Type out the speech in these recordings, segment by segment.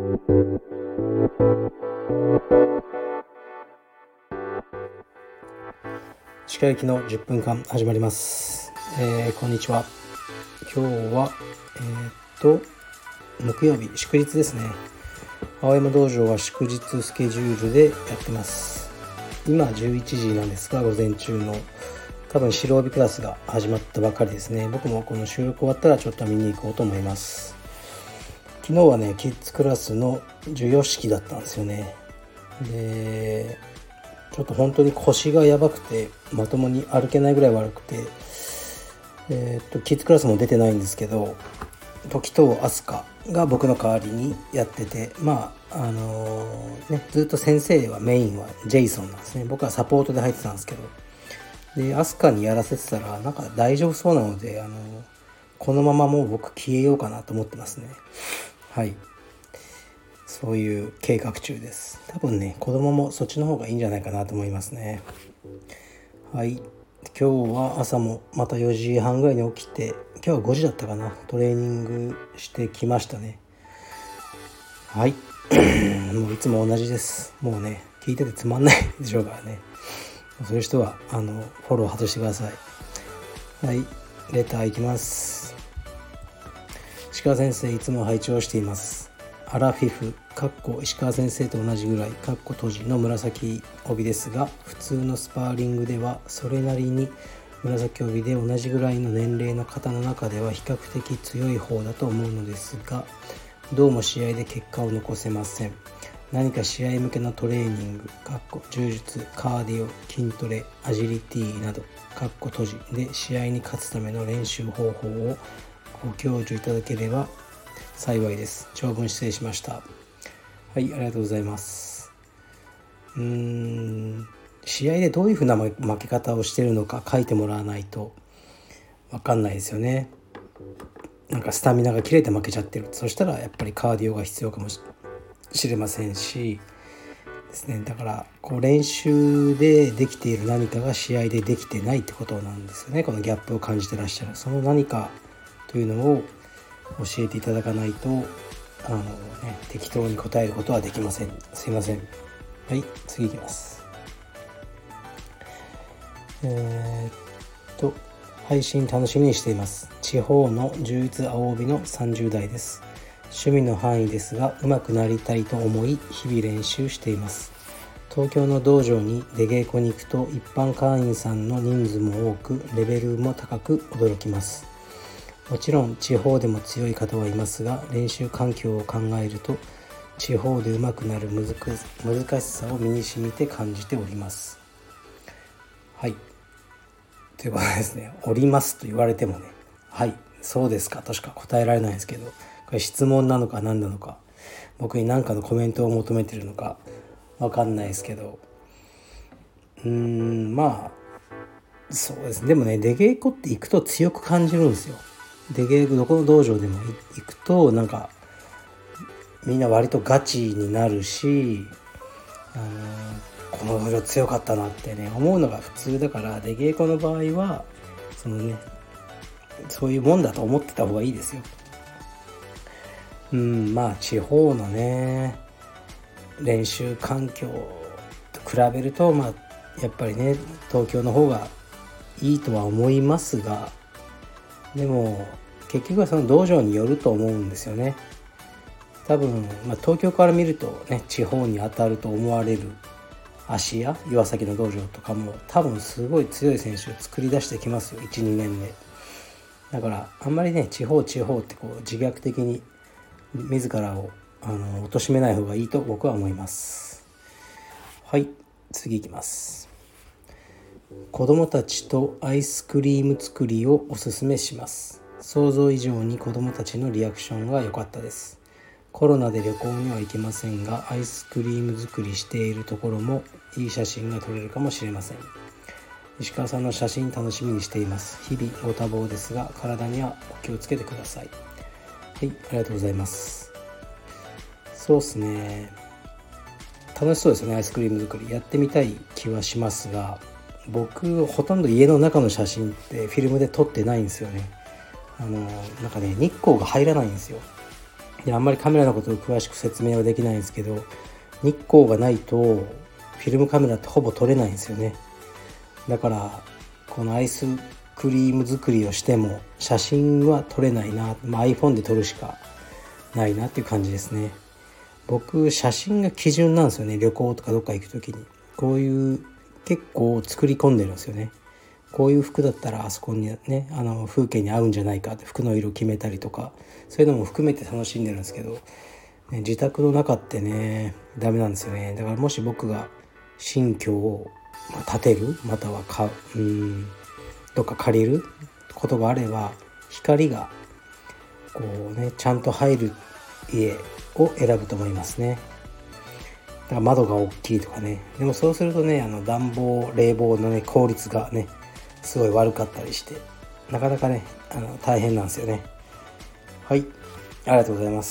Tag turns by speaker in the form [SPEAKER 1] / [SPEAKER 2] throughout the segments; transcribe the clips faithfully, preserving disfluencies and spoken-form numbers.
[SPEAKER 1] 近行きのじゅっぷんかん始まります。えー、こんにちは。今日はえー、っと木曜日、祝日ですね。青山道場は祝日スケジュールでやってます。今じゅういちじなんですが、午前中の多分白帯クラスが始まったばかりですね。僕もこの収録終わったらちょっと見に行こうと思います。昨日はねキッズクラスの授与式だったんですよね。でちょっと本当に腰がやばくてまともに歩けないぐらい悪くて、えー、っとキッズクラスも出てないんですけど、時藤飛鳥が僕の代わりにやってて、まああのー、ねずっと先生はメインはジェイソンなんですね。僕はサポートで入ってたんですけど、で飛鳥にやらせてたらなんか大丈夫そうなので、あのー、このままもう僕消えようかなと思ってますね。はい、そういう計画中です。多分ね子供もそっちの方がいいんじゃないかなと思いますね。はい、今日は朝もまたよじはんぐらいに起きて、今日はごじだったかな、トレーニングしてきましたね。はいもういつも同じです。もうね聞いててつまんないでしょうからね。そういう人はあのフォロー外してください。はい、レターいきます。石川先生、いつも拝聴しています。アラフィフかっこ石川先生と同じぐらいかっこ閉じの紫帯ですが、普通のスパーリングではそれなりに紫帯で同じぐらいの年齢の方の中では比較的強い方だと思うのですが、どうも試合で結果を残せません。何か試合向けのトレーニングかっこ柔術、カーディオ、筋トレ、アジリティなどかっこ閉じで試合に勝つための練習方法をご教授いただければ幸いです。長文失礼しました。はい、ありがとうございます。うーん試合でどういうふうな負け方をしているのか書いてもらわないと分かんないですよね。なんかスタミナが切れて負けちゃってる、そしたらやっぱりカーディオが必要かもしれませんしですね。だからこう練習でできている何かが試合でできてないってことなんですよね。このギャップを感じてらっしゃる、その何かというのを教えていただかないとあの、ね、適当に答えることはできません。すいません。はい、次いきます。えー、っと配信楽しみにしています。地方の充実青帯のさんじゅう代です。趣味の範囲ですが上手くなりたいと思い日々練習しています。東京の道場に出稽古に行くと一般会員さんの人数も多くレベルも高く驚きます。もちろん地方でも強い方はいますが、練習環境を考えると地方で上手くなる難しさを身に染みて感じております。はい、ということですね。おりますと言われてもね、はいそうですかとしか答えられないですけど、これ質問なのか何なのか、僕に何かのコメントを求めてるのか分かんないですけど、うーんまあそうですね。でもね出稽古って行くと強く感じるんですよ。出稽古どこの道場でも行くとなんかみんな割とガチになるし、あのこの道場強かったなってね思うのが普通だから、出稽古の場合はそのねそういうもんだと思ってた方がいいですよ。うんまあ地方のね練習環境と比べるとまあやっぱりね東京の方がいいとは思いますが、でも結局はその道場によると思うんですよね。多分、まあ、東京から見るとね地方に当たると思われる芦屋、岩崎の道場とかも多分すごい強い選手を作り出してきますよ、 いちにねんで。だからあんまりね地方地方ってこう自虐的に自らをあの貶めない方がいいと僕は思います。はい、次いきます。子供たちとアイスクリーム作りをおすすめします。想像以上に子供たちのリアクションが良かったです。コロナで旅行には行けませんが、アイスクリーム作りしているところもいい写真が撮れるかもしれません。石川さんの写真楽しみにしています。日々ご多忙ですが体にはお気をつけてください。はい、ありがとうございます。そうですね、楽しそうですよね。アイスクリーム作りやってみたい気はしますが、僕ほとんど家の中の写真ってフィルムで撮ってないんですよね。あのなんかね日光が入らないんですよ。 であんまりカメラのことを詳しく説明はできないんですけど、日光がないとフィルムカメラってほぼ撮れないんですよね。だからこのアイスクリーム作りをしても写真は撮れないな、まあ、iPhone で撮るしかないなっていう感じですね。僕写真が基準なんですよね。旅行とかどっか行くときにこういう結構作り込んでるんですよね。こういう服だったらあそこにね、あの風景に合うんじゃないかって服の色決めたりとか、そういうのも含めて楽しんでるんですけど、ね、自宅の中ってねダメなんですよね。だからもし僕が新居を建てる、または買う、うんどっか借りることがあれば、光がこうねちゃんと入る家を選ぶと思いますね。だから窓が大きいとかね。でもそうするとね、あの暖房冷房のね効率がねすごい悪かったりして、なかなかねあの大変なんですよね。はい、ありがとうございます。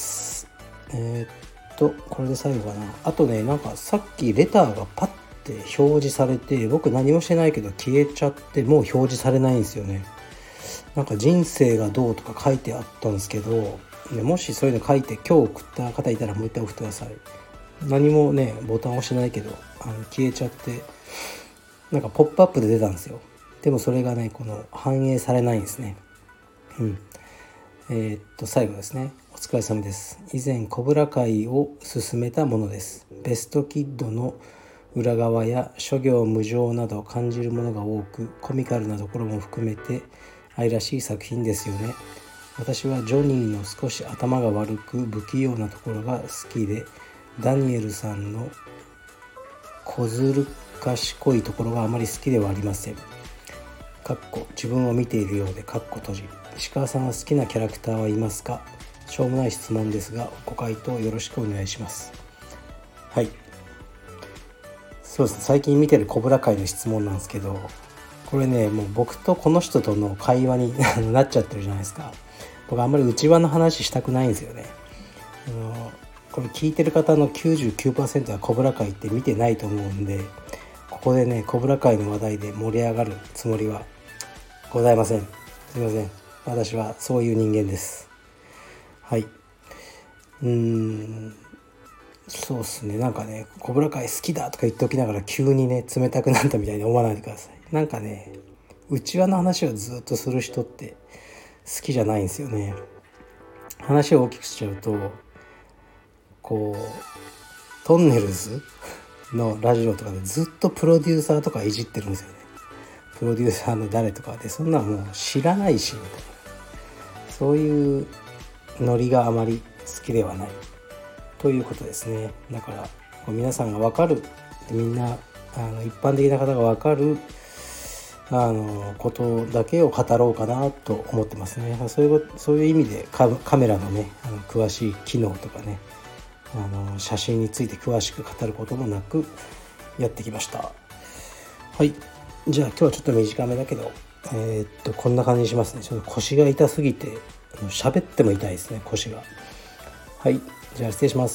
[SPEAKER 1] えー、っとこれで最後かな。あとね、なんかさっきレターがパッて表示されて、僕何もしてないけど消えちゃって、もう表示されないんですよね。なんか人生がどうとか書いてあったんですけど、もしそういうの書いて今日送った方いたらもう一回送ってください。何もねボタン押してないけどあの消えちゃって、なんかポップアップで出たんですよ。でもそれがねこの反映されないんですね。うんえー、っと最後ですね。お疲れ様です。以前コブラ会を進めたものです。ベストキッドの裏側や諸行無常など感じるものが多く、コミカルなところも含めて愛らしい作品ですよね。私はジョニーの少し頭が悪く不器用なところが好きで、ダニエルさんの小ずる賢いところがあまり好きではありません。かっこ自分を見ているようでかっこ閉じ。石川さんは好きなキャラクターはいますか？しょうもない質問ですがご回答よろしくお願いします。はい、そうですね、最近見てるコブラ会の質問なんですけど、これねもう僕とこの人との会話になっちゃってるじゃないですか。僕あんまり内輪の話したくないんですよね。あのこれ聞いてる方の きゅうじゅうきゅうパーセント はコブラ会って見てないと思うんで、ここでねコブラ会の話題で盛り上がるつもりはございません。すいません、私はそういう人間です。はい、うーんそうっすね、なんかねコブラ会好きだとか言っておきながら急にね冷たくなったみたいに思わないでください。なんかね内輪の話をずっとする人って好きじゃないんですよね。話を大きくしちゃうと、こうトンネルズのラジオとかでずっとプロデューサーとかいじってるんですよね。プロデューサーの誰とかで、そんなもう知らないしみたいな、そういうノリがあまり好きではないということですね。だから皆さんが分かる、みんなあの一般的な方が分かるあのことだけを語ろうかなと思ってますね。そういうそういう意味で カ, カメラのねあの詳しい機能とかね、あの写真について詳しく語ることもなくやってきました。はい、じゃあ今日はちょっと短めだけど、えー、っとこんな感じにしますね。ちょっと腰が痛すぎて喋っても痛いですね、腰が。はい、じゃあ失礼します。